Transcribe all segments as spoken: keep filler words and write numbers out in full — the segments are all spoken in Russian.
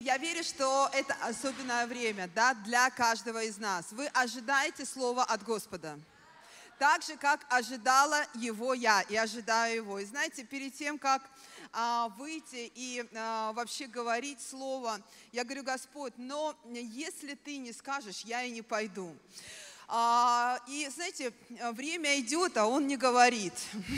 Я верю, что это особенное время, да, для каждого из нас. Вы ожидаете слова от Господа. Так же, как ожидала его я и ожидаю его. И знаете, перед тем, как а, выйти и а, вообще говорить слово, я говорю: Господь, но если ты не скажешь, я и не пойду. А, и, знаете, время идет, а он не говорит.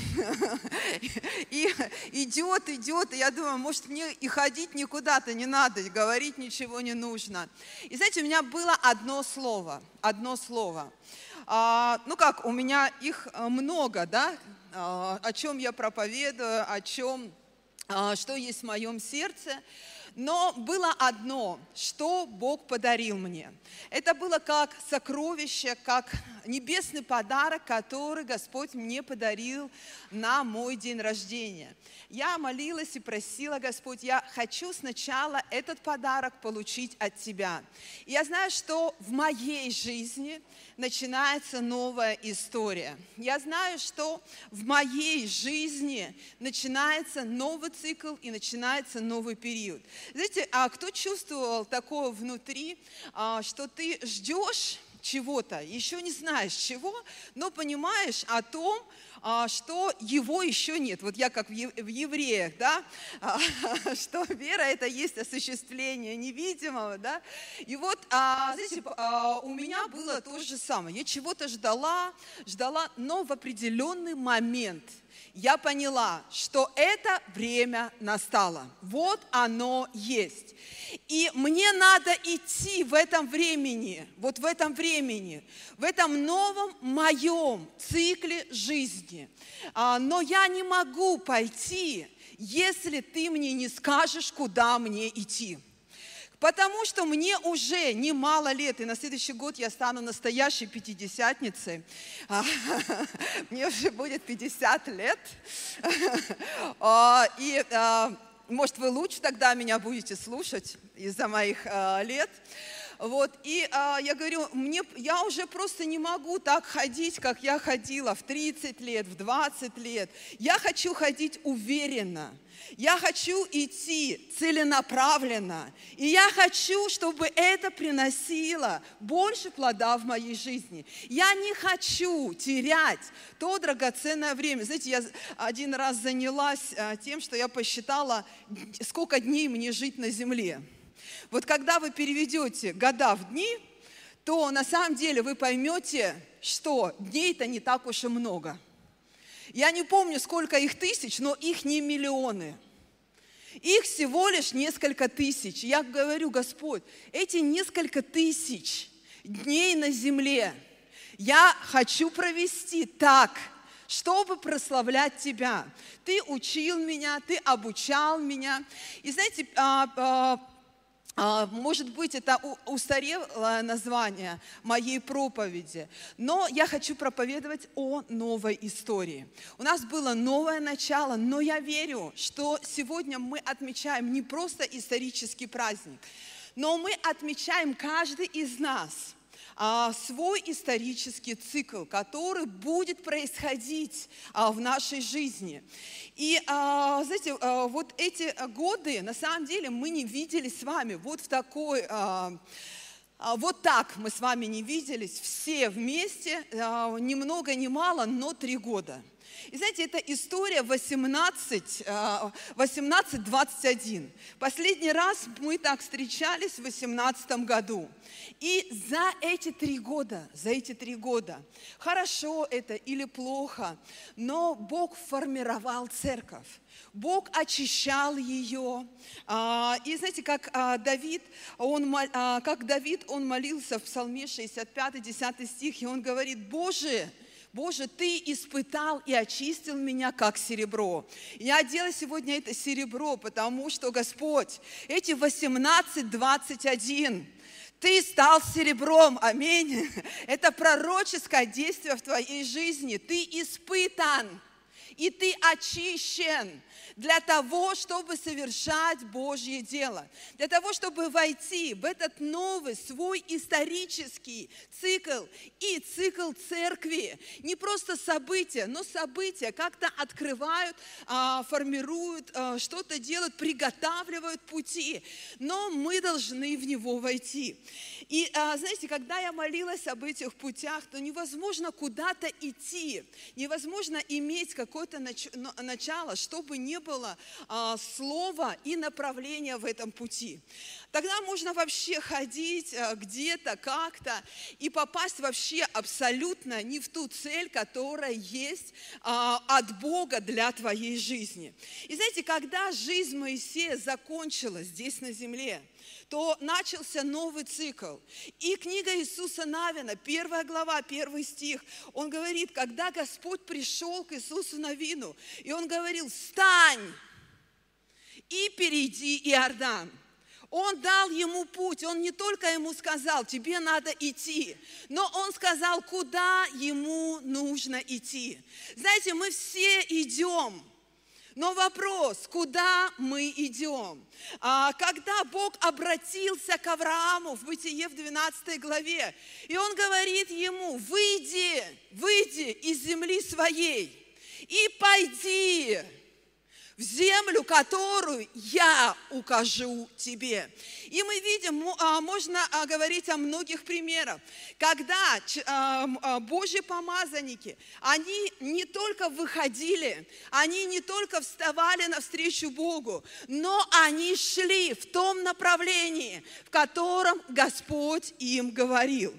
И идет, идет, и я думаю, может, мне и ходить никуда-то не надо, и говорить ничего не нужно. И, знаете, у меня было одно слово, одно слово. А, ну как, у меня их много, да, а, о чем я проповедую, о чем, а, что есть в моем сердце. Но было одно, что Бог подарил мне. Это было как сокровище, как небесный подарок, который Господь мне подарил на мой день рождения. Я молилась и просила: Господь, я хочу сначала этот подарок получить от Тебя. И я знаю, что в моей жизни начинается новая история. Я знаю, что в моей жизни начинается новый цикл и начинается новый период. Знаете, а кто чувствовал такое внутри, что ты ждешь чего-то, еще не знаешь чего, но понимаешь о том, что его еще нет. Вот я как в Евреях, да, что вера – это есть осуществление невидимого, да. И вот, знаете, у меня было то же самое. Я чего-то ждала, ждала, но в определенный момент я поняла, что это время настало. Вот оно есть. И мне надо идти в этом времени, вот в этом времени, в этом новом моем цикле жизни. Но я не могу пойти, если ты мне не скажешь, куда мне идти. Потому что мне уже немало лет, и на следующий год я стану настоящей пятидесятницей. Мне уже будет пятьдесят лет. И, может, вы лучше тогда меня будете слушать из-за моих лет. Вот, и а, я говорю, мне, я уже просто не могу так ходить, как я ходила в тридцать лет, в двадцать лет. Я хочу ходить уверенно. Я хочу идти целенаправленно. И я хочу, чтобы это приносило больше плода в моей жизни. Я не хочу терять то драгоценное время. Знаете, я один раз занялась тем, что я посчитала, сколько дней мне жить на земле. Вот когда вы переведете года в дни, то на самом деле вы поймете, что дней-то не так уж и много. Я не помню, сколько их тысяч, но их не миллионы. Их всего лишь несколько тысяч. Я говорю: Господь, эти несколько тысяч дней на земле я хочу провести так, чтобы прославлять Тебя. Ты учил меня, Ты обучал меня. И знаете, может быть, это устарелое название моей проповеди, но я хочу проповедовать о новой истории. У нас было новое начало, но я верю, что сегодня мы отмечаем не просто исторический праздник, но мы отмечаем, каждый из нас, свой исторический цикл, который будет происходить в нашей жизни. И, знаете, вот эти годы, на самом деле, мы не виделись с вами вот в такой... Вот так мы с вами не виделись все вместе, ни много ни мало, но три года. И знаете, это история восемнадцать двадцать один. Последний раз мы так встречались в две тысячи восемнадцатом году. И за эти три года, за эти три года, хорошо это или плохо, но Бог формировал церковь. Бог очищал ее. И знаете, как Давид, он, как Давид, он молился в Псалме шестьдесят пять, десятый стих, и он говорит: Боже, Боже, Ты испытал и очистил меня, как серебро. Я одела сегодня это серебро, потому что, Господь, эти восемнадцать двадцать один, Ты стал серебром, аминь. Это пророческое действие в твоей жизни. Ты испытан. и ты очищен для того, чтобы совершать Божье дело, для того, чтобы войти в этот новый свой исторический цикл и цикл церкви. Не просто события, но события как-то открывают, формируют, что-то делают, приготавливают пути, но мы должны в него войти. И знаете, когда я молилась об этих путях, то невозможно куда-то идти, невозможно иметь какое-то начало, чтобы не было а, слова и направления в этом пути. Тогда можно вообще ходить а, где-то, как-то и попасть вообще абсолютно не в ту цель, которая есть а, от Бога для твоей жизни. И знаете, когда жизнь Моисея закончилась здесь на земле, то начался новый цикл. И книга Иисуса Навина, первая глава, первый стих, он говорит, когда Господь пришел к Иисусу Навину, и он говорил, встань и перейди Иордан. Он дал ему путь, он не только ему сказал, тебе надо идти, но он сказал, куда ему нужно идти. Знаете, мы все идем. Но вопрос, куда мы идем? А, когда Бог обратился к Аврааму в Бытие в двенадцатой главе, и Он говорит ему, выйди, выйди из земли своей и пойди в землю, которую я укажу тебе. И мы видим, можно говорить о многих примерах, когда Божьи помазанники, они не только выходили, они не только вставали навстречу Богу, но они шли в том направлении, в котором Господь им говорил.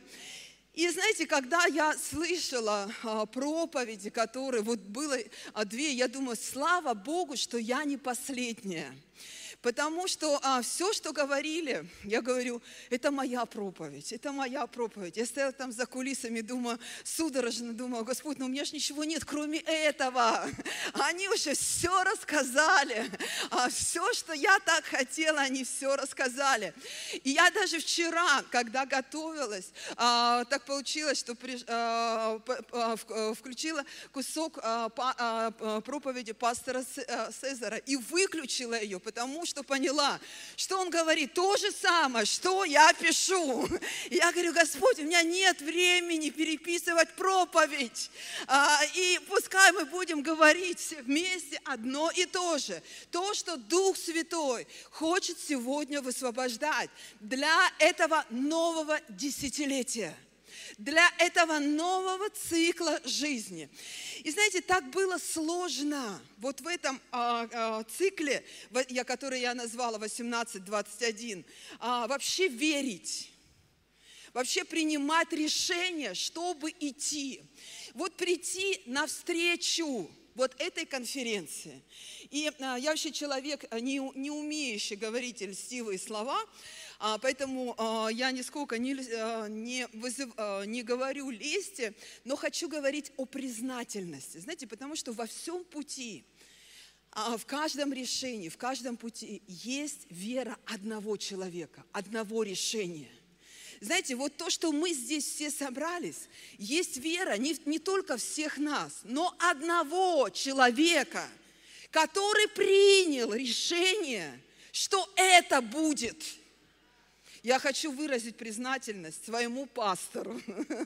И знаете, когда я слышала а, проповеди, которые, вот было а, две, я думаю, слава Богу, что я не последняя. Потому что а, все, что говорили, я говорю, это моя проповедь, это моя проповедь. Я стояла там за кулисами, думаю, судорожно думаю, Господь, ну у меня же ничего нет, кроме этого. Они уже все рассказали, а, все, что я так хотела, они все рассказали. И я даже вчера, когда готовилась, а, так получилось, что при, а, а, включила кусок а, по, а, проповеди пастора Цезаря и выключила ее, потому что что поняла, что он говорит то же самое, что я пишу. Я говорю, Господь, у меня нет времени переписывать проповедь. А, и пускай мы будем говорить все вместе одно и то же. То, что Дух Святой хочет сегодня высвобождать для этого нового десятилетия. Для этого нового цикла жизни. И знаете, так было сложно вот в этом а, а, цикле, я, который я назвала восемнадцать двадцать один, а, вообще верить, вообще принимать решение, чтобы идти. Вот прийти навстречу вот этой конференции. И а, я вообще человек, не, не умеющий говорить льстивые слова, А, поэтому а, я нисколько не, не, вызыв, а, не говорю лести, но хочу говорить о признательности. Знаете, потому что во всем пути, а, в каждом решении, в каждом пути есть вера одного человека, одного решения. Знаете, вот то, что мы здесь все собрались, есть вера не, не только всех нас, но одного человека, который принял решение, что это будет. Я хочу выразить признательность своему пастору,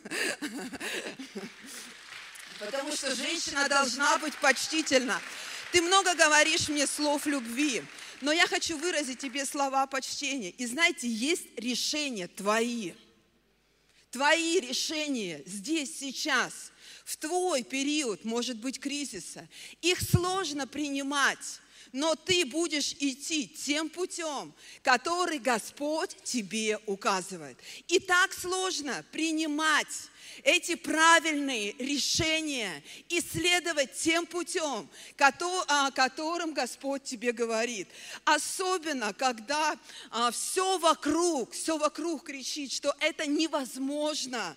потому что женщина должна быть почтительна. Ты много говоришь мне слов любви, но я хочу выразить тебе слова почтения. И знаете, есть решения твои, твои решения здесь, сейчас, в твой период, может быть, кризиса. Их сложно принимать. Но ты будешь идти тем путем, который Господь тебе указывает. И так сложно принимать эти правильные решения и следовать тем путем, которым Господь тебе говорит. Особенно, когда все вокруг, все вокруг кричит, что это невозможно.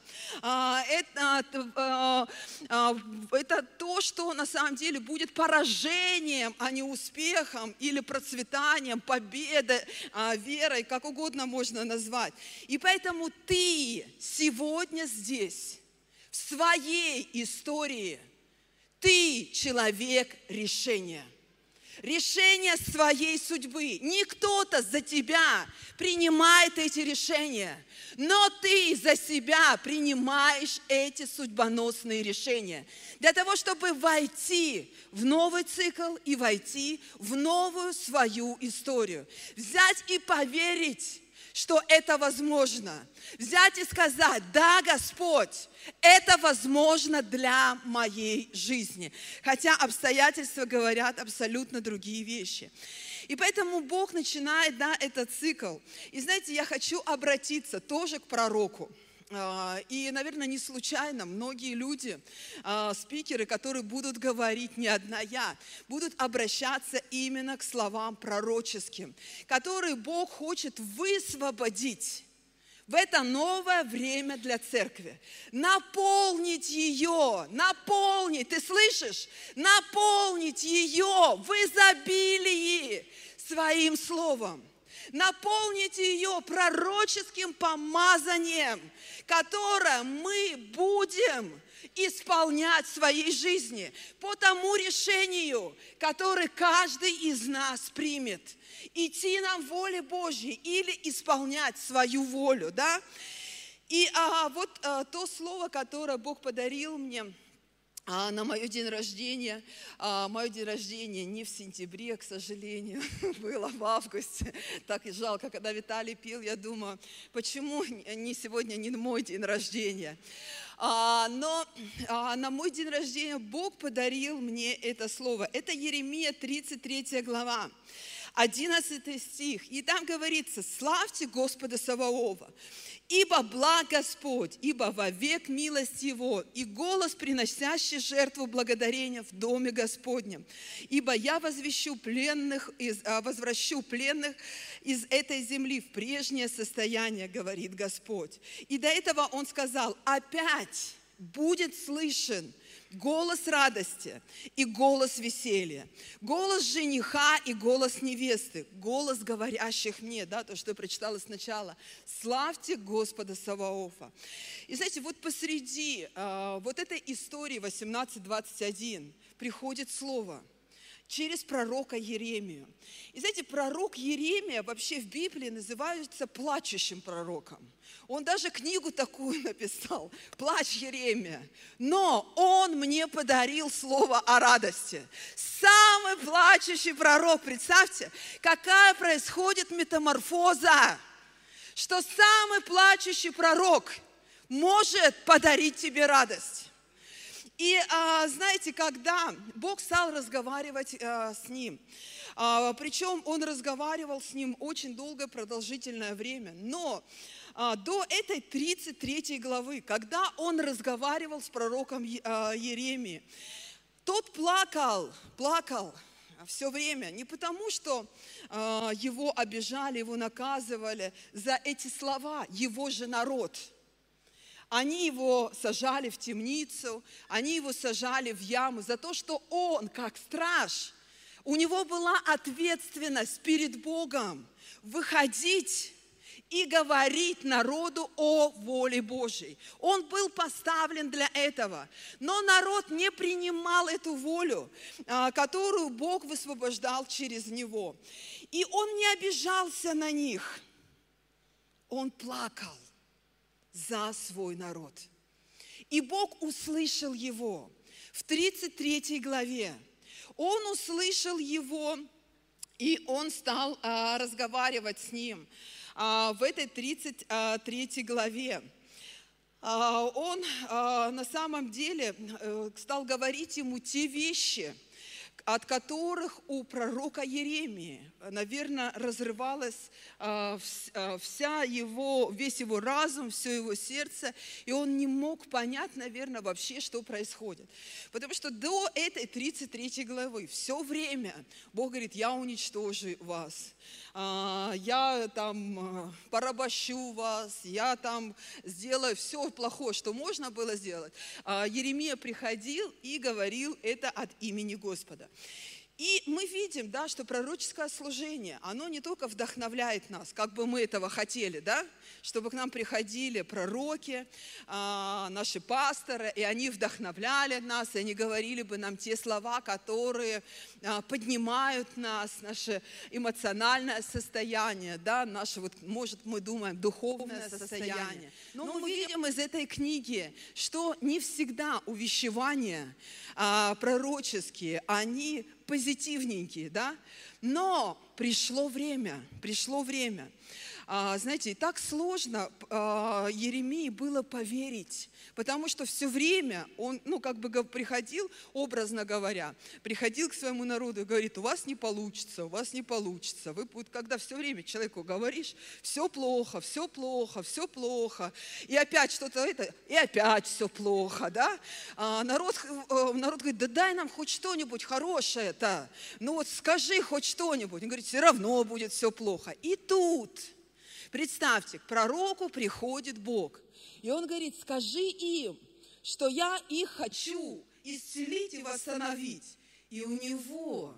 Это, это то, что на самом деле будет поражением, а не успехом или процветанием, победой, верой, как угодно можно назвать. И поэтому ты сегодня здесь, в своей истории, Ты человек решения. Решение своей судьбы. Не кто-то за тебя принимает эти решения, но ты за себя принимаешь эти судьбоносные решения. Для того, чтобы войти в новый цикл и войти в новую свою историю. Взять и поверить, что это возможно. Взять и сказать: да, Господь, это возможно для моей жизни. Хотя обстоятельства говорят абсолютно другие вещи. И поэтому Бог начинает, да, этот цикл. И знаете, я хочу обратиться тоже к пророку. И, наверное, не случайно многие люди, спикеры, которые будут говорить, не одна я, будут обращаться именно к словам пророческим, которые Бог хочет высвободить в это новое время для церкви. Наполнить ее, наполнить, ты слышишь? Наполнить ее в изобилии своим словом. Наполните ее пророческим помазанием, которое мы будем исполнять в своей жизни по тому решению, которое каждый из нас примет. Идти нам в воле Божьей или исполнять свою волю, да? И а, вот а, то слово, которое Бог подарил мне А на мой день рождения, а, мой день рождения не в сентябре, к сожалению, было в августе. Так и жалко, когда Виталий пил, я думаю, почему не сегодня, не мой день рождения. А, но а, на мой день рождения Бог подарил мне это слово. Это Иеремия тридцать третья глава, одиннадцатый стих. И там говорится: «Славьте Господа Саваофа, ибо благ Господь, ибо вовек милость Его, и голос, приносящий жертву благодарения в доме Господнем. Ибо я возвещу пленных, из, возвращу пленных из этой земли в прежнее состояние, говорит Господь». И до этого Он сказал: опять будет слышен голос радости и голос веселья, голос жениха и голос невесты, голос говорящих мне, да, то, что я прочитала сначала: «Славьте Господа Саваофа». И знаете, вот посреди э, вот этой истории восемнадцать двадцать один приходит слово через пророка Иеремию. И знаете, пророк Иеремия вообще в Библии называется плачущим пророком. Он даже книгу такую написал, «Плач Иеремия». Но он мне подарил слово о радости. Самый плачущий пророк, представьте, какая происходит метаморфоза, что самый плачущий пророк может подарить тебе радость. И а, знаете, когда Бог стал разговаривать а, с ним, а, причем Он разговаривал с ним очень долгое, продолжительное время, но а, до этой тридцать третьей главы, когда Он разговаривал с пророком а, Иеремией, тот плакал, плакал все время, не потому, что а, его обижали, его наказывали за эти слова, его же народ. Они его сажали в темницу, они его сажали в яму за то, что он, как страж, у него была ответственность перед Богом выходить и говорить народу о воле Божьей. Он был поставлен для этого, но народ не принимал эту волю, которую Бог высвобождал через него. И он не обижался на них, он плакал за свой народ. И Бог услышал его в тридцать третьей главе. Он услышал его, и он стал а, разговаривать с ним а, в этой тридцать третьей главе. А, он а, на самом деле а, стал говорить ему те вещи, от которых у пророка Иеремии, наверное, разрывалась а, вся его, весь его разум, все его сердце, и он не мог понять, наверное, вообще, что происходит. Потому что до этой тридцать третьей главы все время Бог говорит: я уничтожу вас, я там порабощу вас, я там сделаю все плохое, что можно было сделать. Иеремия приходил и говорил это от имени Господа. И мы видим, да, что пророческое служение, оно не только вдохновляет нас, как бы мы этого хотели, да, чтобы к нам приходили пророки, а, наши пасторы, и они вдохновляли нас, и они говорили бы нам те слова, которые а, поднимают нас, наше эмоциональное состояние, да, наше, вот, может, мы думаем, духовное состояние. Но мы видим из этой книги, что не всегда увещевания а, пророческие, они позитивненькие, да? Но пришло время, пришло время. А, знаете, и так сложно а, Еремии было поверить, потому что все время он, ну, как бы приходил, образно говоря, приходил к своему народу и говорит: у вас не получится, у вас не получится. Вы, вот, когда все время человеку говоришь, все плохо, все плохо, все плохо, и опять что-то это, и опять все плохо, да? А, народ, народ говорит: да дай нам хоть что-нибудь хорошее-то, ну вот скажи хоть что-нибудь. Он говорит: все равно будет все плохо. И тут... Представьте, к пророку приходит Бог, и он говорит: скажи им, что я их хочу исцелить и восстановить. И у него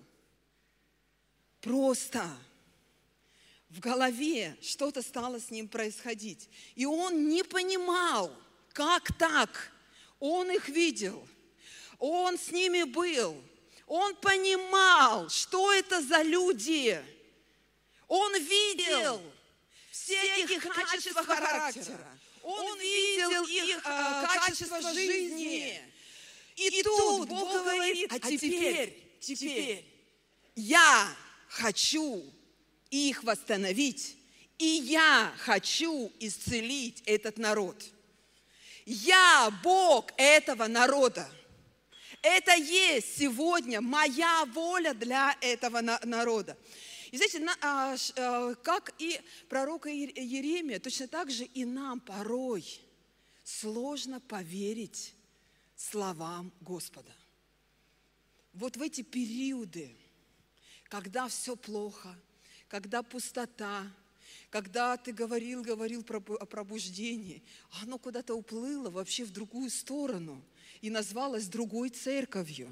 просто в голове что-то стало с ним происходить. И он не понимал, как так. Он их видел, он с ними был, он понимал, что это за люди. Он видел все их качества характера. Он видел их э, качество жизни. И тут Бог говорит: а теперь, теперь я хочу их восстановить, и я хочу исцелить этот народ. Я Бог этого народа. Это есть сегодня моя воля для этого народа. И знаете, как и пророка Еремия, точно так же и нам порой сложно поверить словам Господа. Вот в эти периоды, когда все плохо, когда пустота, когда ты говорил, говорил о пробуждении, оно куда-то уплыло вообще в другую сторону и назвалось другой церковью.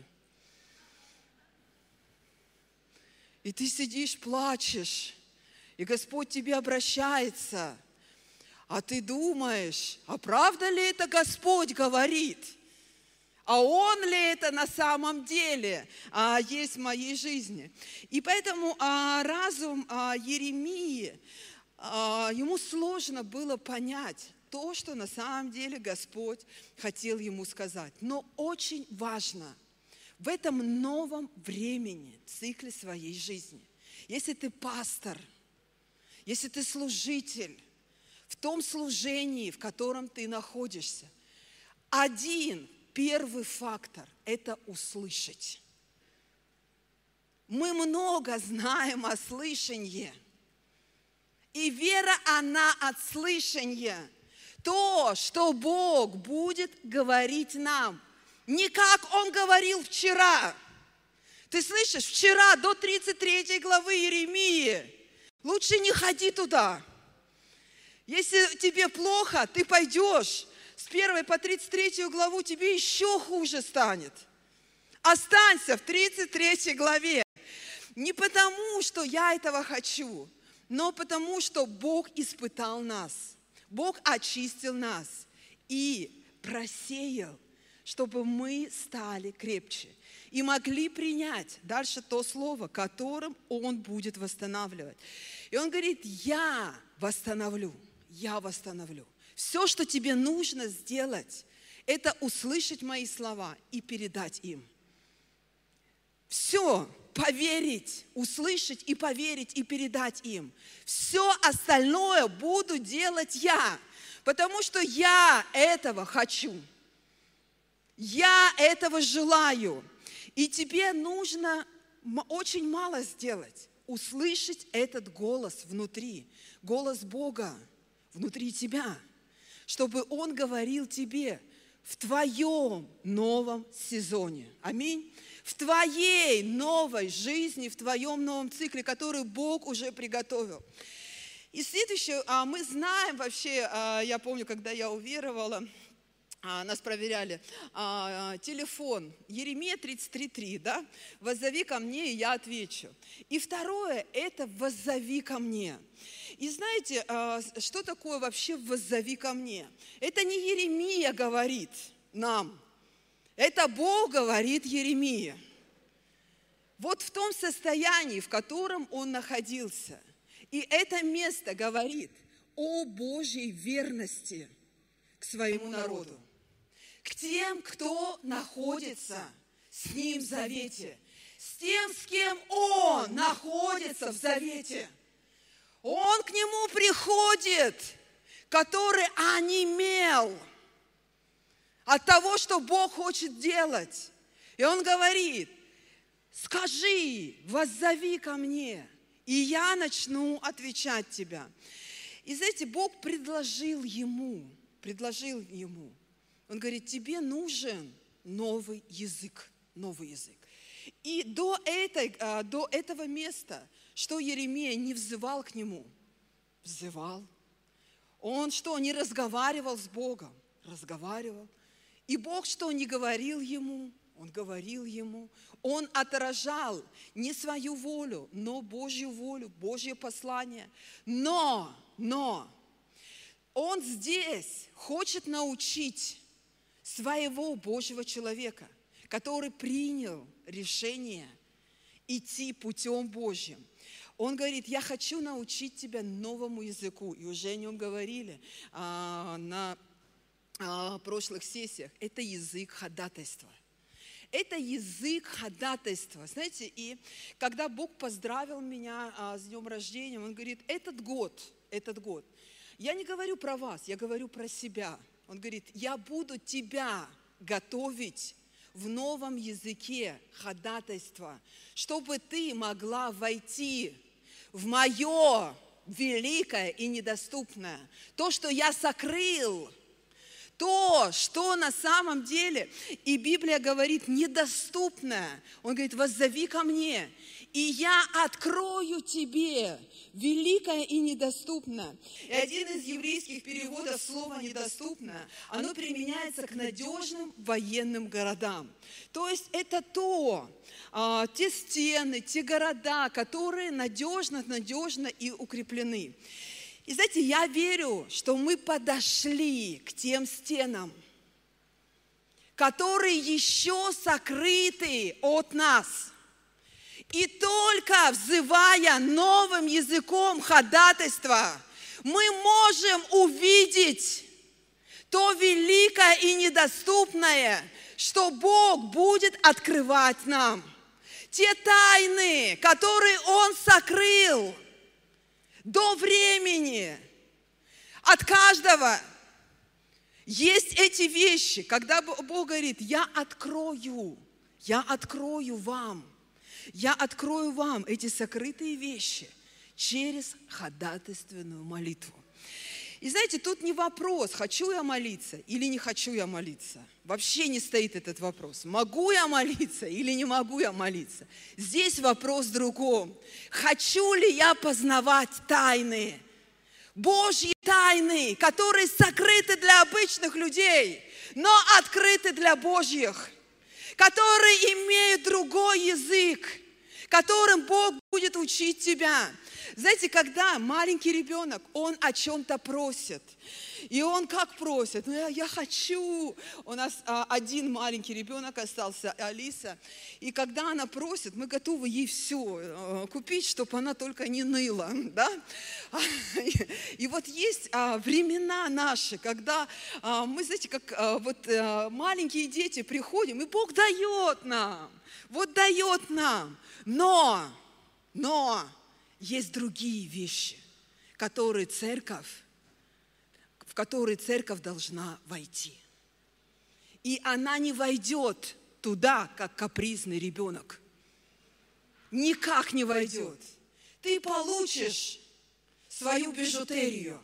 И ты сидишь, плачешь, и Господь к тебе обращается, а ты думаешь: а правда ли это Господь говорит? А Он ли это на самом деле а, есть в моей жизни? И поэтому а, разум а, Еремии, а, ему сложно было понять то, что на самом деле Господь хотел ему сказать. Но очень важно в этом новом времени, цикле своей жизни, если ты пастор, если ты служитель, в том служении, в котором ты находишься, один первый фактор – это услышать. Мы много знаем о слышании, и вера, она от слышания. То, что Бог будет говорить нам, не как Он говорил вчера. Ты слышишь, вчера до тридцать третьей главы Еремии лучше не ходи туда. Если тебе плохо, ты пойдешь с первой по тридцать третью главу, тебе еще хуже станет. Останься в тридцать третьей главе. Не потому, что я этого хочу, но потому, что Бог испытал нас. Бог очистил нас и просеял, чтобы мы стали крепче и могли принять дальше то слово, которым Он будет восстанавливать. И Он говорит: я восстановлю, я восстановлю. Все, что тебе нужно сделать, это услышать мои слова и передать им. Все, поверить, услышать и поверить и передать им. Все остальное буду делать я, потому что я этого хочу. Я этого желаю. И тебе нужно очень мало сделать. Услышать этот голос внутри, голос Бога внутри тебя, чтобы Он говорил тебе в твоем новом сезоне. Аминь. В твоей новой жизни, в твоем новом цикле, который Бог уже приготовил. И следующее, мы знаем вообще, я помню, когда я уверовала, а, нас проверяли, а, телефон, Еремия тридцать три три, да, «Воззови ко мне, и я отвечу». И второе, это «воззови ко мне». И знаете, а, что такое вообще «воззови ко мне»? Это не Еремия говорит нам, это Бог говорит Еремии. Вот в том состоянии, в котором он находился. И это место говорит о Божьей верности к своему народу, к тем, кто находится с ним в завете, с тем, с кем он находится в завете. Он к нему приходит, который онемел от того, что Бог хочет делать. И он говорит: скажи, воззови ко мне, и я начну отвечать тебя. И знаете, Бог предложил ему, предложил ему, он говорит: тебе нужен новый язык, новый язык. И до, этой, до этого места, что Еремия не взывал к нему, взывал. Он что, не разговаривал с Богом? Разговаривал. И Бог что, не говорил ему? Он говорил ему. Он отражал не свою волю, но Божью волю, Божье послание. Но, но, он здесь хочет научить своего Божьего человека, который принял решение идти путем Божьим. Он говорит: я хочу научить тебя новому языку. И уже о нем говорили а, на а, прошлых сессиях. Это язык ходатайства. Это язык ходатайства. Знаете, и когда Бог поздравил меня а, с днем рождения, Он говорит: этот год, этот год, я не говорю про вас, я говорю про себя. Он говорит: я буду тебя готовить в новом языке ходатайства, чтобы ты могла войти в мое великое и недоступное. То, что я сокрыл, то, что на самом деле, и Библия говорит, недоступное. Он говорит: воззови ко мне, и я открою тебе великое и недоступное. И один из еврейских переводов слова «недоступное», оно применяется к надежным военным городам. То есть это то, а, те стены, те города, которые надежно, надежно и укреплены. И знаете, я верю, что мы подошли к тем стенам, которые еще сокрыты от нас. И только взывая новым языком ходатайства, мы можем увидеть то великое и недоступное, что Бог будет открывать нам. Те тайны, которые Он сокрыл до времени от каждого. Есть эти вещи, когда Бог говорит: я открою, я открою вам, я открою вам эти сокрытые вещи через ходатайственную молитву. И знаете, тут не вопрос, хочу я молиться или не хочу я молиться. Вообще не стоит этот вопрос. Могу я молиться или не могу я молиться. Здесь вопрос в другом. Хочу ли я познавать тайны, Божьи тайны, которые сокрыты для обычных людей, но открыты для Божьих, которые имеют другой язык, которым Бог будет учить тебя. Знаете, когда маленький ребенок, он о чем-то просит, и он как просит? Ну, я, я хочу. У нас а, один маленький ребенок остался, Алиса, и когда она просит, мы готовы ей все а, купить, чтобы она только не ныла. Да? И, и вот есть а, времена наши, когда а, мы, знаете, как а, вот а, маленькие дети приходим, и Бог дает нам, вот дает нам, но, но, есть другие вещи, которые церковь, в которые церковь должна войти. И она не войдет туда, как капризный ребенок. Никак не войдет. Ты получишь свою бижутерию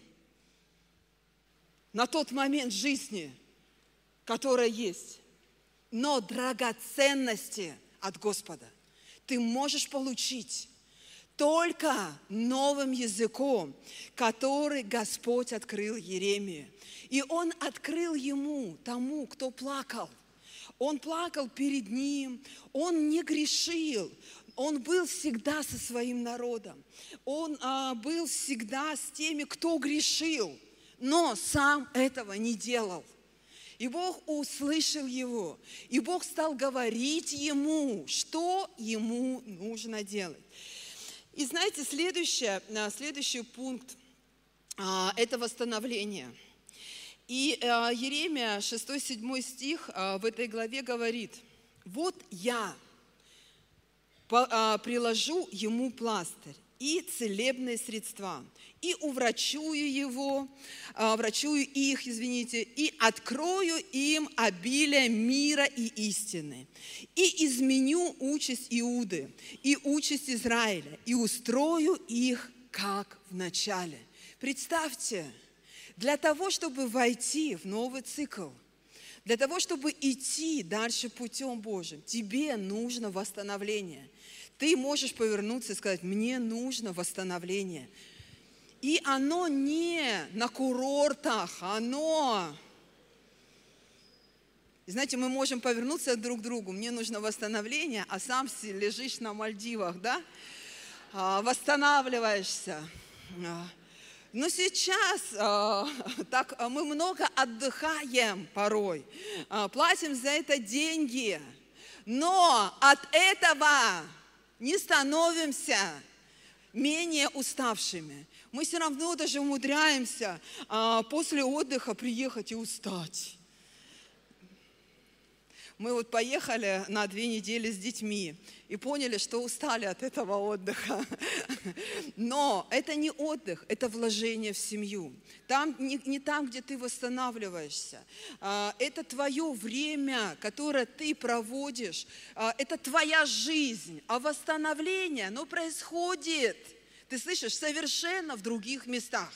на тот момент жизни, которая есть. Но драгоценности от Господа ты можешь получить только новым языком, который Господь открыл Иеремии. И Он открыл ему, тому, кто плакал. Он плакал перед ним, он не грешил, он был всегда со своим народом. Он а, был всегда с теми, кто грешил, но сам этого не делал. И Бог услышал его, и Бог стал говорить ему, что ему нужно делать. И знаете, следующее, следующий пункт – это восстановление. И Иеремия, шестой-седьмой стих в этой главе говорит: «Вот я приложу ему пластырь и целебные средства, и уврачую его, врачую их, извините, и открою им обилие мира и истины, и изменю участь Иуды и участь Израиля, и устрою их, как в начале». Представьте, для того, чтобы войти в новый цикл, для того, чтобы идти дальше путем Божьим, тебе нужно восстановление. Ты можешь повернуться и сказать: мне нужно восстановление. И оно не на курортах, оно... Знаете, мы можем повернуться друг к другу: мне нужно восстановление, а сам лежишь на Мальдивах, да? Восстанавливаешься. Но сейчас так, мы много отдыхаем порой, платим за это деньги, но от этого не становимся менее уставшими. Мы все равно даже умудряемся после отдыха приехать и устать. Мы вот поехали на две недели с детьми и поняли, что устали от этого отдыха. Но это не отдых, это вложение в семью. Там, не, не там, где ты восстанавливаешься. Это твое время, которое ты проводишь. Это твоя жизнь. А восстановление, оно происходит, ты слышишь, совершенно в других местах.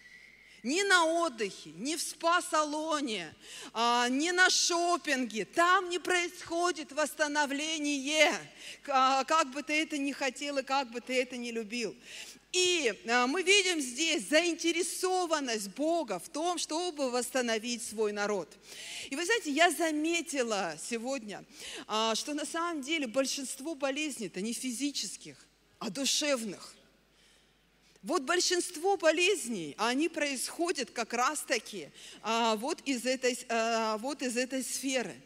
Не на отдыхе, не в спа-салоне, а, не на шопинге. Там не происходит восстановление, как бы ты это ни хотел и как бы ты это ни любил. И а, мы видим здесь заинтересованность Бога в том, чтобы восстановить свой народ. И вы знаете, я заметила сегодня, а, что на самом деле большинство болезней-то не физических, а душевных. Вот большинство болезней, они происходят как раз-таки а, вот, из этой, а, вот из этой сферы.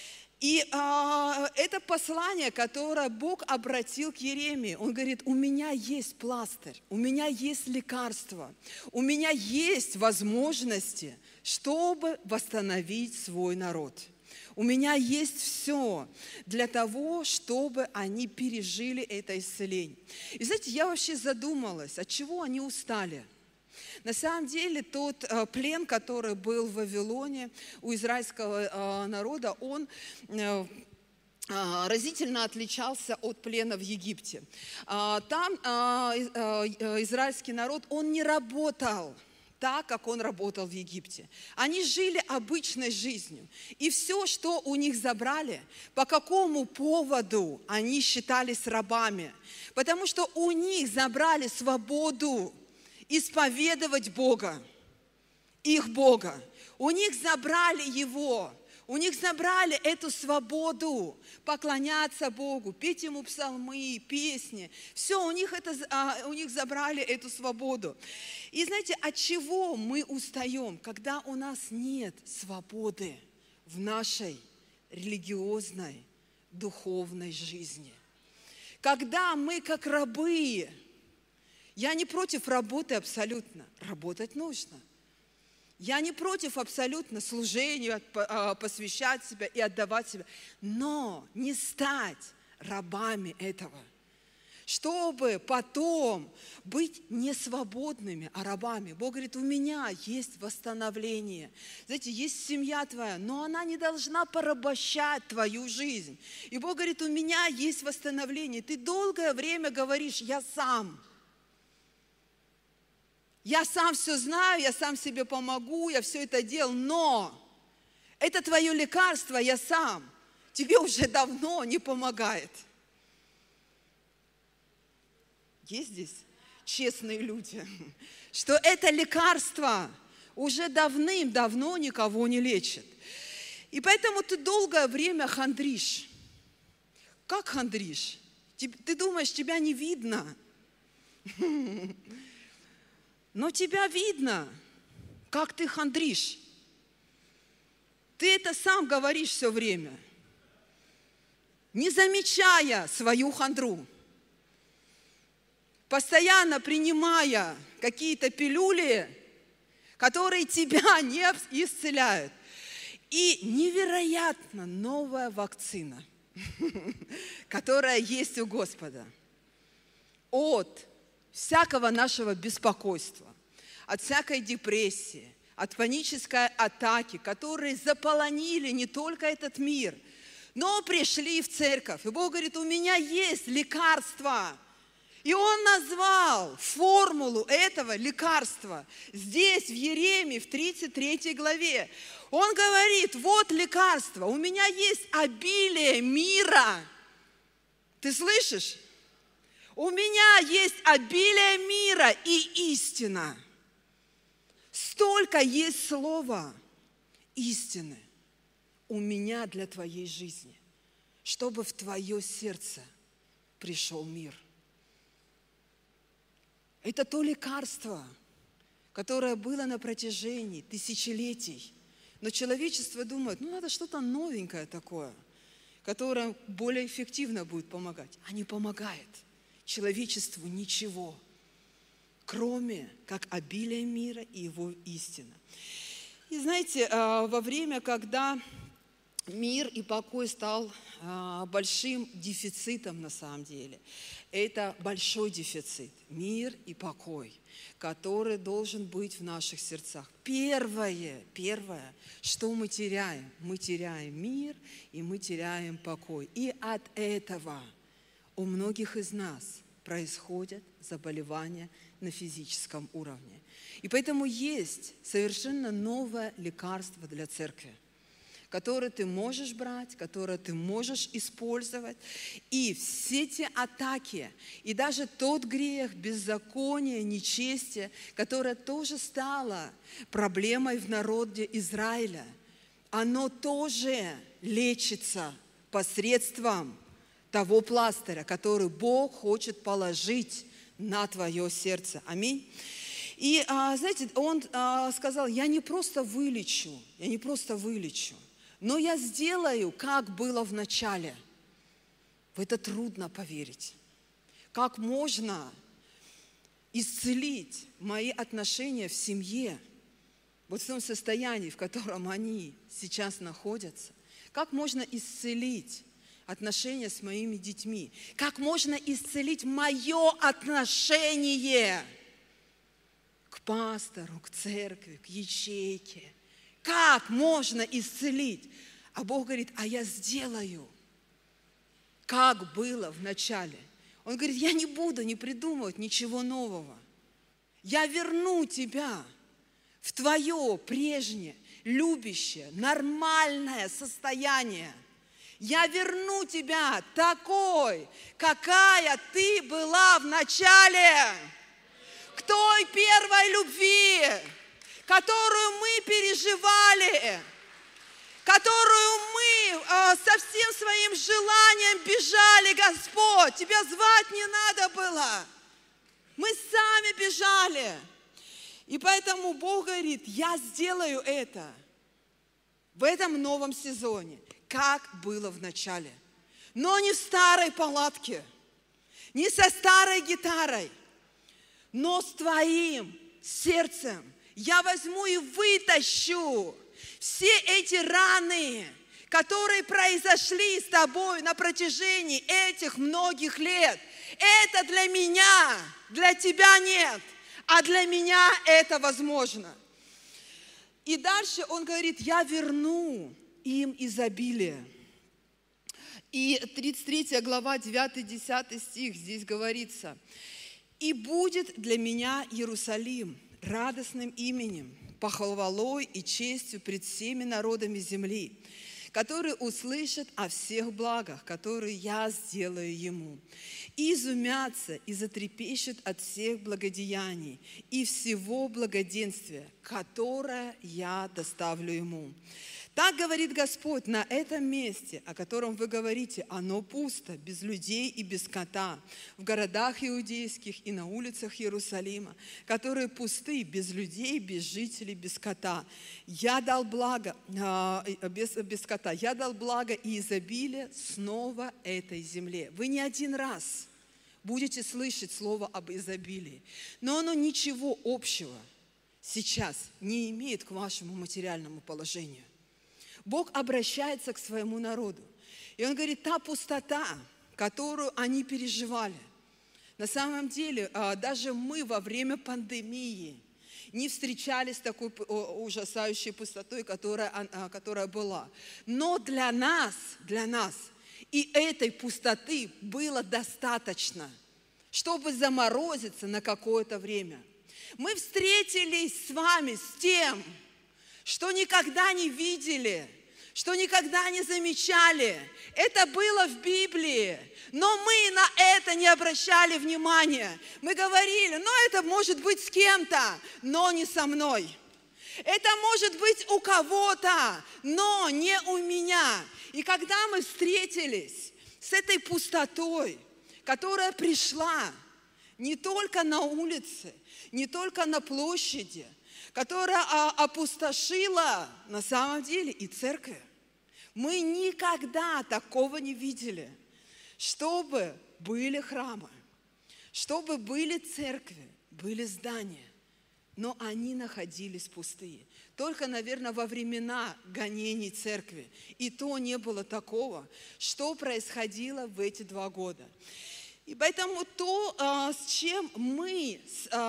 И а, это послание, которое Бог обратил к Иеремии, он говорит: у меня есть пластырь, у меня есть лекарство, у меня есть возможности, чтобы восстановить свой народ. У меня есть все для того, чтобы они пережили это исцеление. И знаете, я вообще задумалась, от чего они устали. На самом деле тот э, плен, который был в Вавилоне у израильского э, народа, он э, э, разительно отличался от плена в Египте. Э, там э, э, израильский народ, он не работал так, как он работал в Египте. Они жили обычной жизнью. И все, что у них забрали, по какому поводу они считались рабами? Потому что у них забрали свободу исповедовать Бога, их Бога. У них забрали Его. У них забрали эту свободу поклоняться Богу, петь Ему псалмы, песни. Все, у них, это, у них забрали эту свободу. И знаете, от чего мы устаем, когда у нас нет свободы в нашей религиозной, духовной жизни? Когда мы как рабы, я не против работы абсолютно, работать нужно. Я не против абсолютно служению, посвящать себя и отдавать себя, но не стать рабами этого, чтобы потом быть не свободными, а рабами. Бог говорит: у меня есть восстановление. Знаете, есть семья твоя, но она не должна порабощать твою жизнь. И Бог говорит: у меня есть восстановление. Ты долгое время говоришь: я сам. Я сам все знаю, я сам себе помогу, я все это делал, но это твое лекарство, я сам, тебе уже давно не помогает. Есть здесь честные люди? Что это лекарство уже давным-давно никого не лечит. И поэтому ты долгое время хандришь. Как хандришь? Ты думаешь, тебя не видно. Но тебя видно, как ты хандришь. Ты это сам говоришь все время, не замечая свою хандру, постоянно принимая какие-то пилюли, которые тебя не исцеляют. И невероятно новая вакцина, которая есть у Господа от всякого нашего беспокойства, от всякой депрессии, от панической атаки, которые заполонили не только этот мир, но пришли в церковь. И Бог говорит, у меня есть лекарство. И Он назвал формулу этого лекарства здесь, в Иеремии, в тридцать третьей главе. Он говорит, вот лекарство, у меня есть обилие мира. Ты слышишь? У меня есть обилие мира и истина. Столько есть слова истины у меня для твоей жизни, чтобы в твое сердце пришел мир. Это то лекарство, которое было на протяжении тысячелетий. Но человечество думает, ну надо что-то новенькое такое, которое более эффективно будет помогать. А не помогает человечеству ничего, кроме как обилия мира и его истина. И знаете, во время, когда мир и покой стал большим дефицитом на самом деле, это большой дефицит, мир и покой, который должен быть в наших сердцах. Первое, первое, что мы теряем? Мы теряем мир и мы теряем покой. И от этого у многих из нас происходят заболевания на физическом уровне. И поэтому есть совершенно новое лекарство для церкви, которое ты можешь брать, которое ты можешь использовать. И все те атаки, и даже тот грех, беззаконие, нечестие, которое тоже стало проблемой в народе Израиля, оно тоже лечится посредством того пластыря, который Бог хочет положить на твое сердце. Аминь. И, знаете, он сказал, я не просто вылечу, я не просто вылечу, но я сделаю, как было в начале. В это трудно поверить. Как можно исцелить мои отношения в семье, вот в том состоянии, в котором они сейчас находятся? Как можно исцелить отношения с моими детьми? Как можно исцелить мое отношение к пастору, к церкви, к ячейке? Как можно исцелить? А Бог говорит, а я сделаю, как было в начале. Он говорит, я не буду не придумывать ничего нового. Я верну тебя в твое прежнее, любящее, нормальное состояние. Я верну тебя такой, какая ты была в начале, к той первой любви, которую мы переживали, которую мы э, со всем своим желанием бежали, Господь, тебя звать не надо было. Мы сами бежали. И поэтому Бог говорит, я сделаю это в этом новом сезоне, как было в начале. Но не в старой палатке, не со старой гитарой, но с твоим сердцем. Я возьму и вытащу все эти раны, которые произошли с тобой на протяжении этих многих лет. Это для меня, для тебя нет, а для меня это возможно. И дальше он говорит, я верну им изобилие. И тридцать третья глава, девятый-десятый стих, здесь говорится, «И будет для меня Иерусалим радостным именем, похвалой и честью пред всеми народами земли, который услышит о всех благах, которые я сделаю ему, и изумятся и затрепещут от всех благодеяний и всего благоденствия, которое я доставлю ему. Так говорит Господь: на этом месте, о котором вы говорите, оно пусто, без людей и без скота, в городах иудейских и на улицах Иерусалима, которые пусты, без людей, без жителей, без скота. Я дал благо, без, без скота, я дал благо и изобилие снова этой земле. Вы не один раз будете слышать слово об изобилии, но оно ничего общего сейчас не имеет к вашему материальному положению. Бог обращается к своему народу. И Он говорит: та пустота, которую они переживали. На самом деле, даже мы во время пандемии не встречались с такой ужасающей пустотой, которая, которая была. Но для нас, для нас и этой пустоты было достаточно, чтобы заморозиться на какое-то время. Мы встретились с вами с тем, что никогда не видели, что никогда не замечали. Это было в Библии, но мы на это не обращали внимания. Мы говорили: ну это может быть с кем-то, но не со мной. Это может быть у кого-то, но не у меня. И когда мы встретились с этой пустотой, которая пришла не только на улице, не только на площади, которая опустошила на самом деле и церковь. Мы никогда такого не видели, чтобы были храмы, чтобы были церкви, были здания, но они находились пустые. Только, наверное, во времена гонений церкви. И то не было такого, что происходило в эти два года. И поэтому то, с чем мы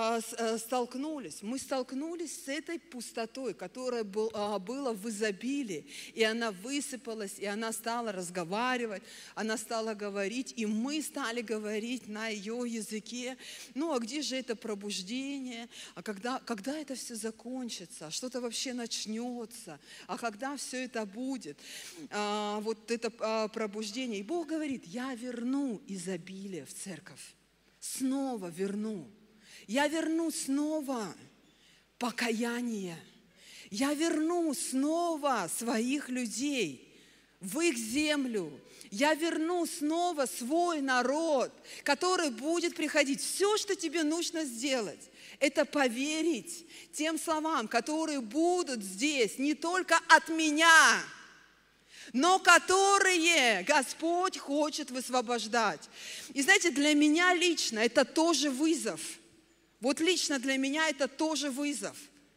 столкнулись, мы столкнулись с этой пустотой, которая была в изобилии, и она высыпалась, и она стала разговаривать, она стала говорить, и мы стали говорить на ее языке. Ну, а где же это пробуждение? А когда, когда это все закончится? А что-то вообще начнется? А когда все это будет? А, вот это пробуждение. И Бог говорит: я верну изобилие в церковь. Снова верну. Я верну снова покаяние. Я верну снова своих людей в их землю. Я верну снова свой народ, который будет приходить. Все, что тебе нужно сделать, это поверить тем словам, которые будут здесь не только от меня, но которые Господь хочет высвобождать. И знаете, для меня лично это тоже вызов. Вот лично для меня это тоже вызов.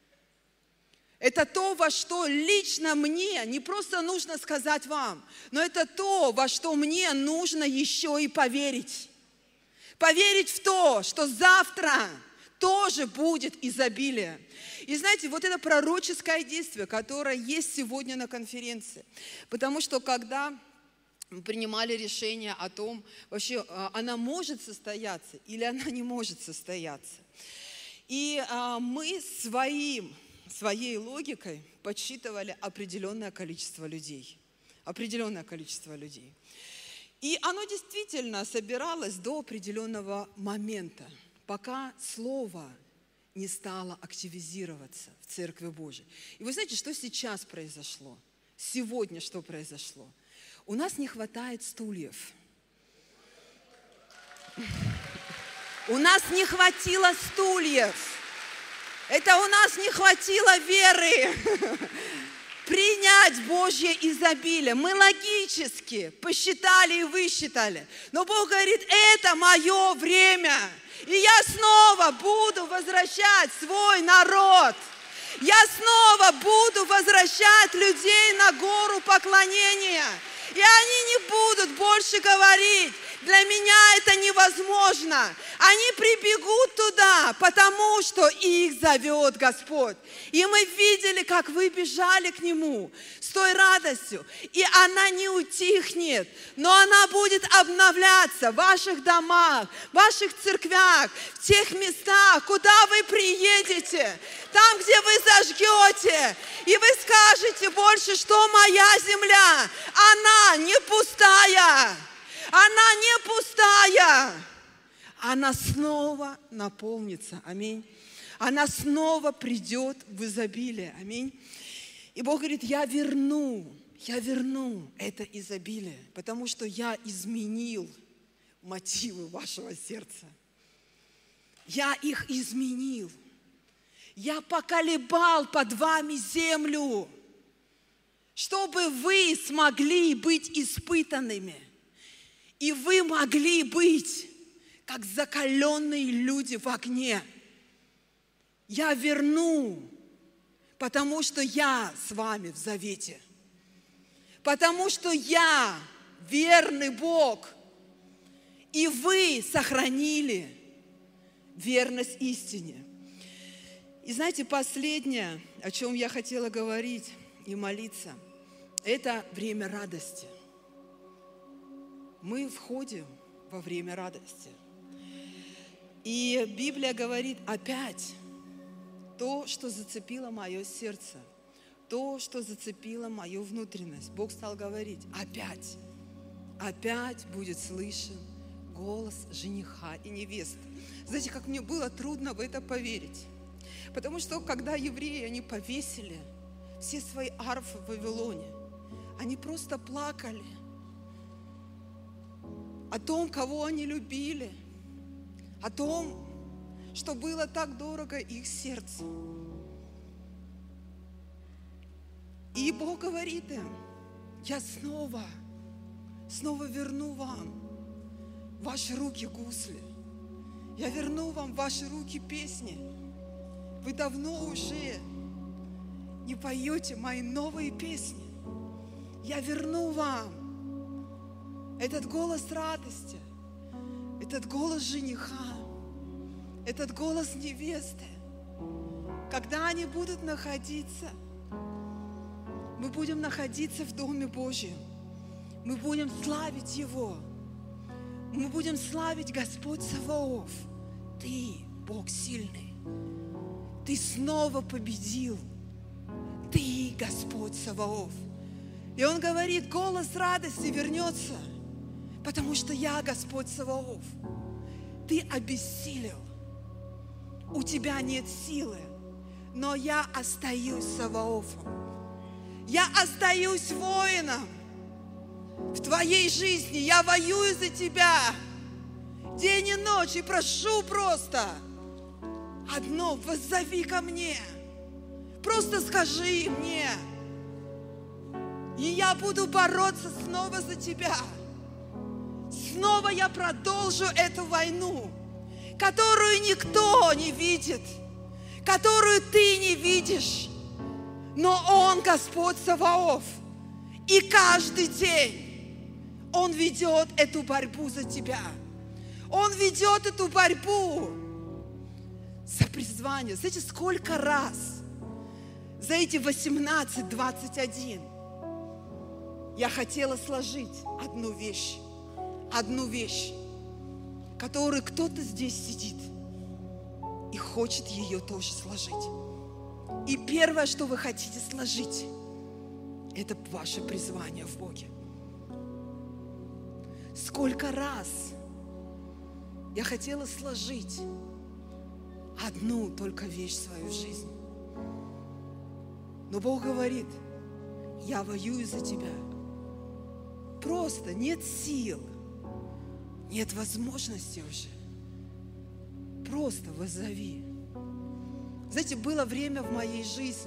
Это то, во что лично мне не просто нужно сказать вам, но это то, во что мне нужно еще и поверить. Поверить в то, что завтра тоже будет изобилие. И знаете, вот это пророческое действие, которое есть сегодня на конференции. Потому что когда мы принимали решение о том, вообще она может состояться или она не может состояться. И а, мы своим, своей логикой подсчитывали определенное количество людей. Определенное количество людей. И оно действительно собиралось до определенного момента, пока слово не стало активизироваться в Церкви Божией. И вы знаете, что сейчас произошло? Сегодня что произошло? У нас не хватает стульев. У нас не хватило стульев. Это у нас не хватило веры принять Божье изобилие. Мы логически посчитали и высчитали. Но Бог говорит: это мое время. И я снова буду возвращать свой народ. Я снова буду возвращать людей на гору поклонения. И они не будут больше говорить: для меня это невозможно. безнадежно. Они прибегут туда, потому что их зовет Господь. И мы видели, как вы бежали к Нему с той радостью. И она не утихнет, но она будет обновляться в ваших домах, в ваших церквях, в тех местах, куда вы приедете, там, где вы зажгете. И вы скажете больше, что моя земля, она не пустая. Она не пустая. Она снова наполнится. Аминь. Она снова придет в изобилие. Аминь. И Бог говорит, я верну, я верну это изобилие, потому что я изменил мотивы вашего сердца. Я их изменил. Я поколебал под вами землю, чтобы вы смогли быть испытанными. И вы могли быть, как закаленные люди в огне. Я верну, потому что я с вами в завете. Потому что я верный Бог. И вы сохранили верность истине. И знаете, последнее, о чем я хотела говорить и молиться, это время радости. Мы входим во время радости. И Библия говорит опять то, что зацепило мое сердце, то, что зацепило мою внутренность. Бог стал говорить, опять, опять будет слышен голос жениха и невесты. Знаете, как мне было трудно в это поверить. Потому что, когда евреи, они повесили все свои арфы в Вавилоне, они просто плакали о том, кого они любили, о том, что было так дорого их сердцу. И Бог говорит им, я снова, снова верну вам ваши руки гусли. Я верну вам ваши руки песни. Вы давно уже не поете мои новые песни. Я верну вам этот голос радости, этот голос жениха, этот голос невесты. Когда они будут находиться, мы будем находиться в Доме Божьем. Мы будем славить Его. Мы будем славить Господь Саваоф. Ты, Бог сильный. Ты снова победил. Ты, Господь Саваоф. И Он говорит, голос радости вернется, потому что я, Господь Саваоф. Ты обессилел. У тебя нет силы, но я остаюсь Саваофом. Я остаюсь воином в твоей жизни. Я воюю за тебя день и ночь и прошу просто одно, воззови ко мне. Просто скажи мне. И я буду бороться снова за тебя. Снова я продолжу эту войну, которую никто не видит, которую ты не видишь. Но Он Господь Саваоф. И каждый день Он ведет эту борьбу за тебя. Он ведет эту борьбу за призвание. Знаете, сколько раз за эти восемнадцать двадцать один я хотела сложить одну вещь, одну вещь, которую кто-то здесь сидит и хочет ее тоже сложить. И первое, что вы хотите сложить, это ваше призвание в Боге. Сколько раз я хотела сложить одну только вещь в свою жизнь. Но Бог говорит, я воюю за тебя. Просто нет сил, нет возможности уже. Просто воззови. Знаете, было время в моей жизни,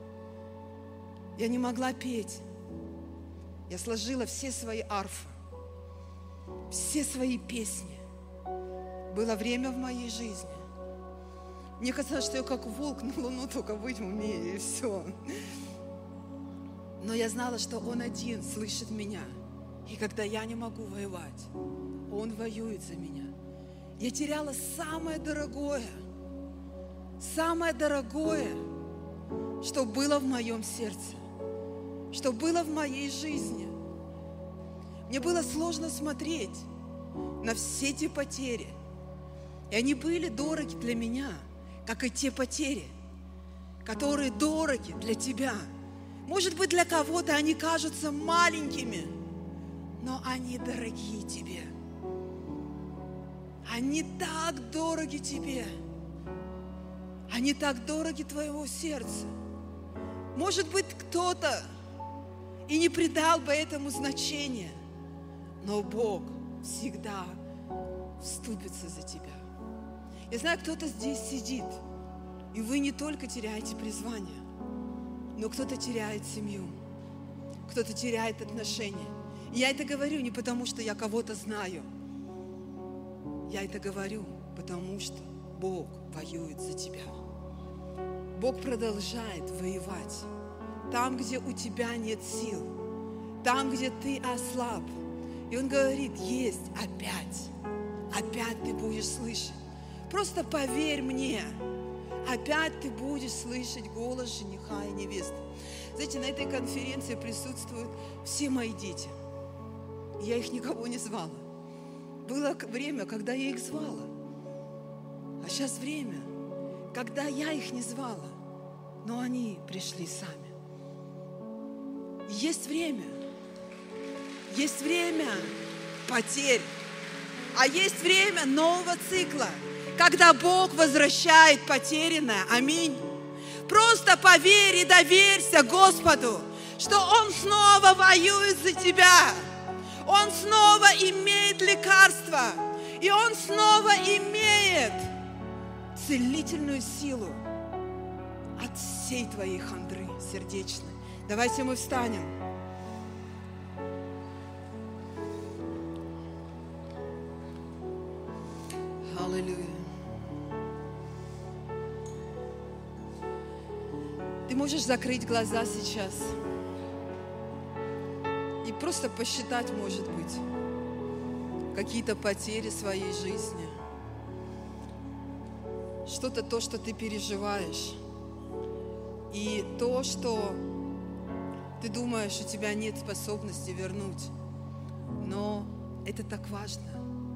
я не могла петь. Я сложила все свои арфы, все свои песни. Было время в моей жизни. Мне казалось, что я как волк на луну только быть умею, и все. Но я знала, что Он один слышит меня. И когда я не могу воевать, Он воюет за меня. Я теряла самое дорогое, самое дорогое, что было в моем сердце, что было в моей жизни. Мне было сложно смотреть на все эти потери. И они были дороги для меня, как и те потери, которые дороги для тебя. Может быть, для кого-то они кажутся маленькими, но они дорогие тебе. Они так дороги тебе. Они так дороги твоему сердцу. Может быть, кто-то и не придал бы этому значения, но Бог всегда вступится за тебя. Я знаю, кто-то здесь сидит, и вы не только теряете призвание, но кто-то теряет семью, кто-то теряет отношения. И я это говорю не потому, что я кого-то знаю. Я это говорю, потому что Бог воюет за тебя. Бог продолжает воевать. Там, где у тебя нет сил, там, где ты ослаб. И Он говорит, есть опять, опять ты будешь слышать. Просто поверь мне, опять ты будешь слышать голос жениха и невесты. Знаете, на этой конференции присутствуют все мои дети. Я их никого не звала. Было время, когда я их звала. А сейчас время, когда я их не звала, но они пришли сами. Есть время, есть время потерь, а есть время нового цикла, когда Бог возвращает потерянное. Аминь. Просто поверь и доверься Господу, что Он снова воюет за тебя. Он снова имеет лекарство, и Он снова имеет целительную силу от всей твоей хандры сердечной. Давайте мы встанем. Аллилуйя. Ты можешь закрыть глаза сейчас и просто посчитать, может быть, какие-то потери своей жизни. Что-то то, что ты переживаешь. И то, что ты думаешь, у тебя нет способности вернуть. Но это так важно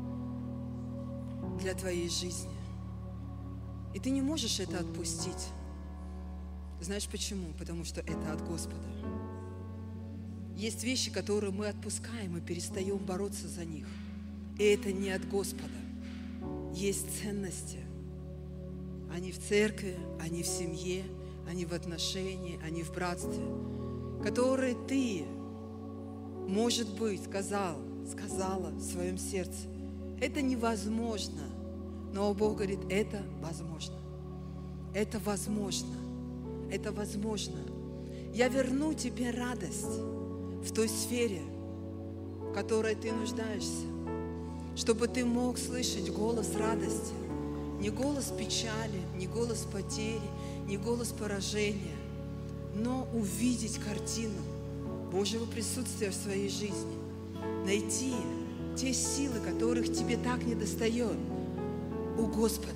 для твоей жизни. И ты не можешь это отпустить. Знаешь почему? Потому что это от Господа. Есть вещи, которые мы отпускаем и перестаем бороться за них. И это не от Господа. Есть ценности. Они в церкви, они в семье, они в отношении, они в братстве, которые ты, может быть, сказал, сказала в своем сердце. Это невозможно. Но Бог говорит, это возможно. Это возможно. Это возможно. Я верну тебе радость в той сфере, в которой ты нуждаешься, чтобы ты мог слышать голос радости, не голос печали, не голос потери, не голос поражения, но увидеть картину Божьего присутствия в своей жизни, найти те силы, которых тебе так недостает у Господа.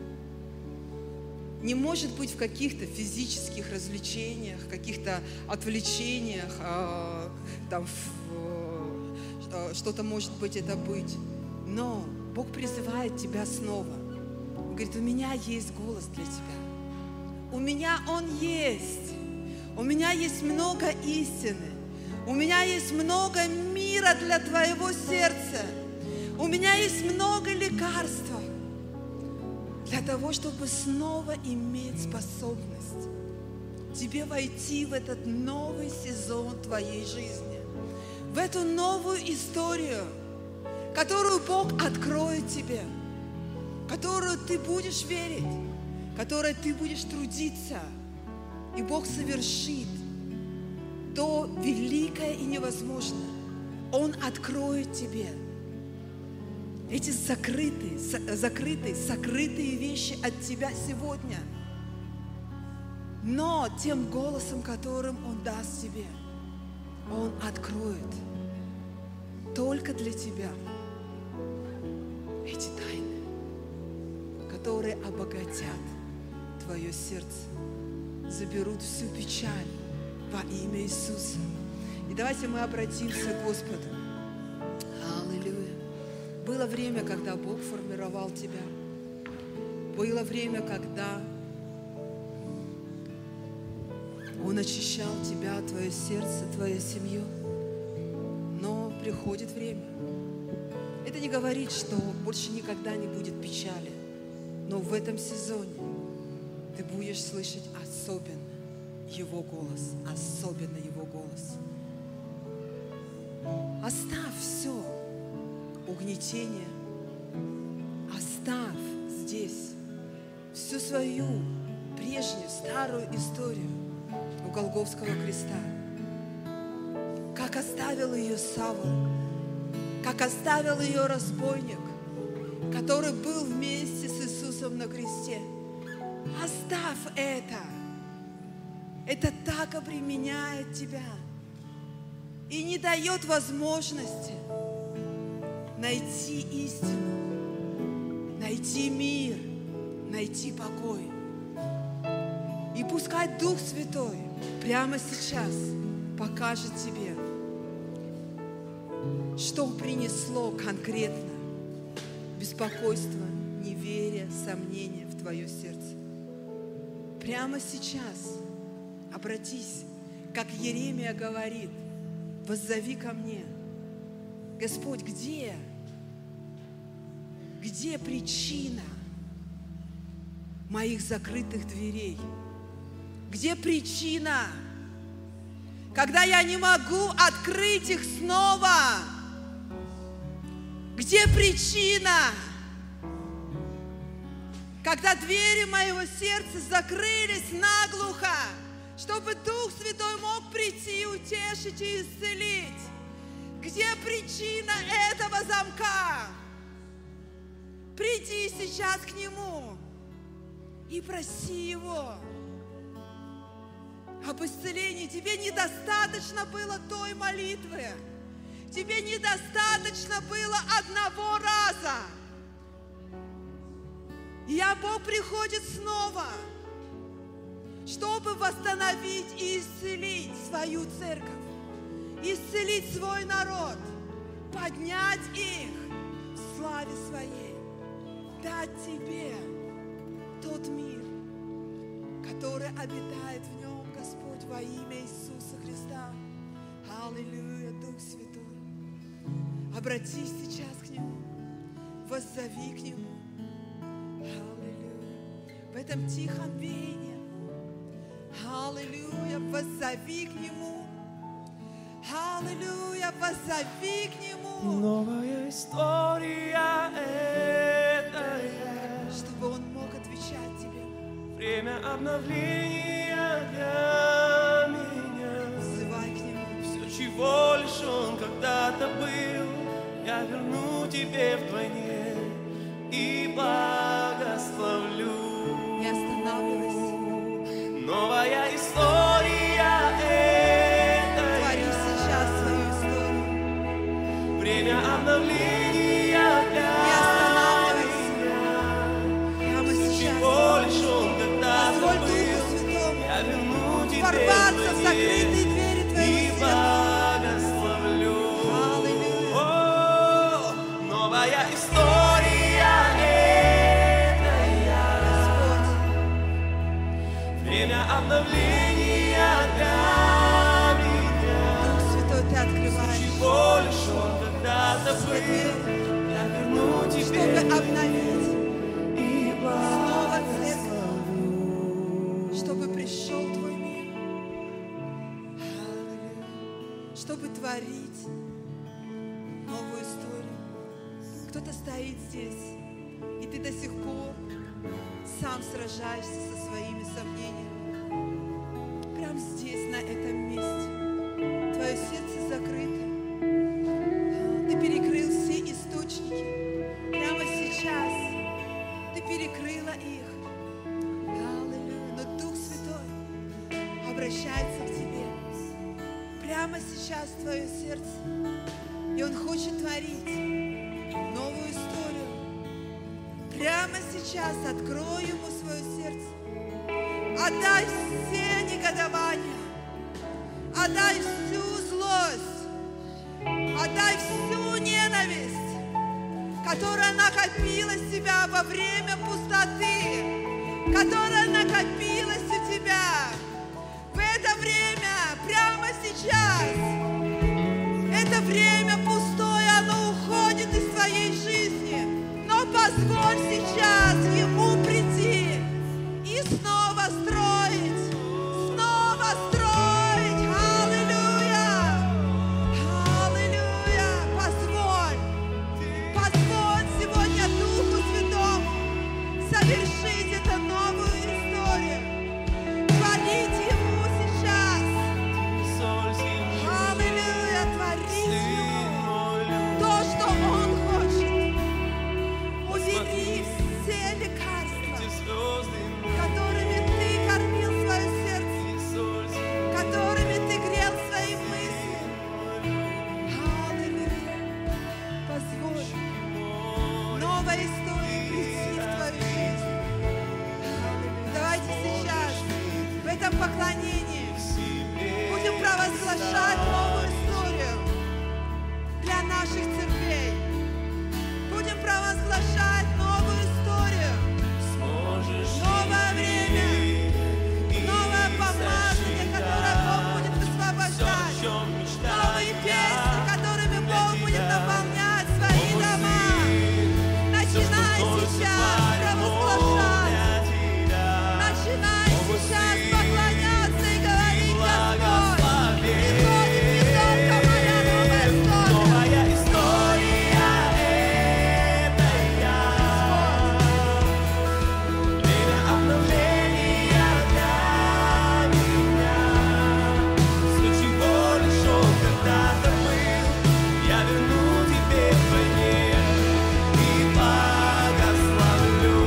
Не может быть в каких-то физических развлечениях, каких-то отвлечениях, э, там, э, что-то может быть это быть. Но Бог призывает тебя снова. Он говорит, у меня есть голос для тебя. У меня он есть. У меня есть много истины. У меня есть много мира для твоего сердца. У меня есть много лекарства для того, чтобы снова иметь способность тебе войти в этот новый сезон твоей жизни, в эту новую историю, которую Бог откроет тебе, которую ты будешь верить, которой ты будешь трудиться, и Бог совершит то великое и невозможное. Он откроет тебе эти закрытые, закрытые, сокрытые вещи от тебя сегодня. Но тем голосом, которым Он даст тебе, Он откроет только для тебя эти тайны. которые обогатят твое сердце, заберут всю печаль во имя Иисуса. И давайте мы обратимся к Господу. Аллилуйя. Было время, когда Бог формировал тебя. Было время, когда Он очищал тебя, твое сердце, твою семью. Но приходит время. Это не говорит, что больше никогда не будет печали. Но в этом сезоне ты будешь слышать особенно Его голос. Особенно Его голос. Оставь все угнетение. Оставь здесь всю свою прежнюю старую историю у Голгофского креста. Как оставил ее Савл, как оставил ее разбойник, который был вместе с Иисусом на кресте. Оставь это. Это так обременяет тебя и не дает возможности найти истину, найти мир, найти покой. И пускай Дух Святой прямо сейчас покажет тебе, что принесло конкретно беспокойство, неверие, сомнение в твое сердце. Прямо сейчас обратись, как Иеремия говорит: воззови ко мне. Господь, где? Где причина моих закрытых дверей? Где причина, когда я не могу открыть их снова? Где причина, когда двери моего сердца закрылись наглухо, чтобы Дух Святой мог прийти, утешить и исцелить? Где причина этого замка? Приди сейчас к Нему и проси Его об исцелении. Тебе недостаточно было той молитвы. Тебе недостаточно было одного раза. И а Бог приходит снова, чтобы восстановить и исцелить свою церковь, исцелить свой народ, поднять их в славе своей, дать тебе тот мир, который обитает в нем, Господь, во имя Иисуса Христа. Аллилуйя, Дух Святой. Обратись сейчас к Нему, воззови к Нему. Аллилуйя. В этом тихом веянии, аллилуйя, воззови к Нему. Аллилуйя, воззови к Нему. Новая история это я, чтобы Он мог отвечать тебе. время обновления для меня. Взывай к Нему. Все, чего лишь Он когда-то был, я верну тебе вдвойне и благословлю. Не останавливайся. Новая история это Твори я, сейчас свою историю. время обновления для Не останавливайся. меня. Прямо сейчас. Чего лишь Он когда-то Позволь Духу был, Святому я верну тебе ворваться в вдвойне закрытые двери и твоего сердца. благословлю. Аллилуйя. О, новая история это я, Господь, время обновления для меня. Дух Святой, Ты открываешь Чего лишь Он когда-то все был, двери, я верну тебе чтобы обновить и снова церковь, благословлю. чтобы пришел Твой мир. Аллилуйя. Чтобы творить новую историю. Кто-то стоит здесь, и ты до сих пор сам сражаешься со своими сомнениями. Прямо здесь, на этом месте. Твое сердце закрыто. Ты перекрыл все источники. Прямо сейчас ты перекрыла их. Аллилуйя. Но Дух Святой обращается к тебе. Прямо сейчас в твое сердце. И Он хочет творить новую историю. Прямо сейчас открой ему свое сердце. Отдай все негодования. Отдай всю злость. Отдай всю ненависть, которая накопилась в тебя во время пустоты, которая накопилась у тебя. В это время, прямо сейчас, это время пустое, оно уходит из твоей жизни. Но позволь сейчас ему прийти и снова строить, снова строить. Аллилуйя! Аллилуйя! Позволь, позволь сегодня Духу Святому совершить эту новую историю, творить ему сейчас. Аллилуйя! Творить ему то, что он хочет. Убери все лекарства, которыми ты кормил свое сердце, которыми ты грел свои мысли. Аллилуйя! Позволь новой истории прийти в твою жизнь. Аллилуйя! Давайте сейчас в этом поклонении будем провозглашать новую историю для наших церквей. Будем провозглашать новую историю. Новое время, новое помазание, которое Бог будет высвобождать. Новые песни, которыми Бог будет наполнять свои дома. Начинай сейчас провозглашать. Начинай сейчас поклоняться и говорить: Господь, приходит не только моя новая история. Новая история это я. Время обновления для меня. Все, чего лишь он когда-то был, я верну тебе вдвойне и благословлю.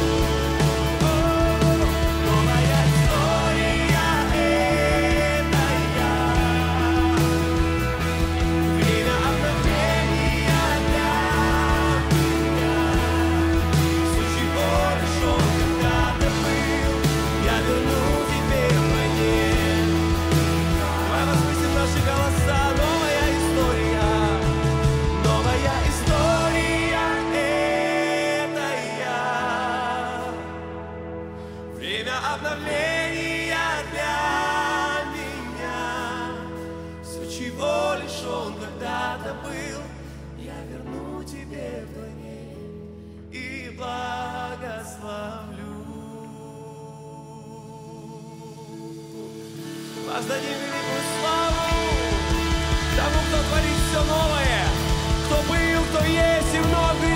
Новая история это я. Время обновления для меня. Все, чего лишь он когда-то был, я верну тебе вдвойне. Давай воскресим наши голоса. Новая история, новая история это я. Время обновления для меня. Все, чего лишь он когда-то был, я верну тебе вдвойне и благословлю. Воздадим великую славу тому, кто творит все новое, кто был, кто есть и вновь